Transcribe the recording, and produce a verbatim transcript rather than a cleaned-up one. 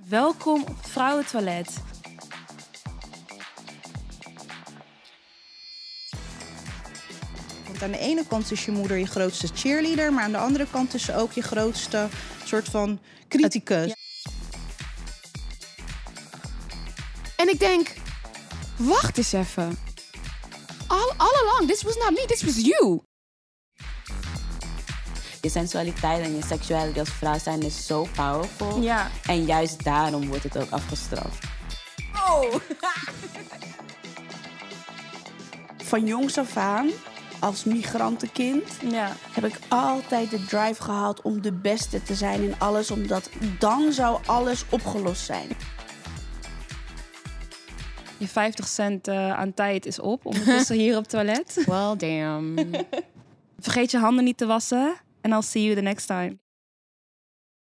Welkom op het vrouwentoilet. Want aan de ene kant is je moeder je grootste cheerleader, maar aan de andere kant is ze ook je grootste soort van criticus. Ja. En ik denk, wacht eens even. All, all along, this was not me, this was you. Je sensualiteit en je seksualiteit als vrouw zijn is zo powerful. Ja. En juist daarom wordt het ook afgestraft. Oh. Van jongs af aan, als migrantenkind, Ja. heb ik altijd de drive gehad om de beste te zijn in alles. Omdat dan zou alles opgelost zijn. Je vijftig cent uh, aan tijd is op. Ondertussen hier op het toilet. Well, damn. Vergeet je handen niet te wassen. En I'll see you the next time.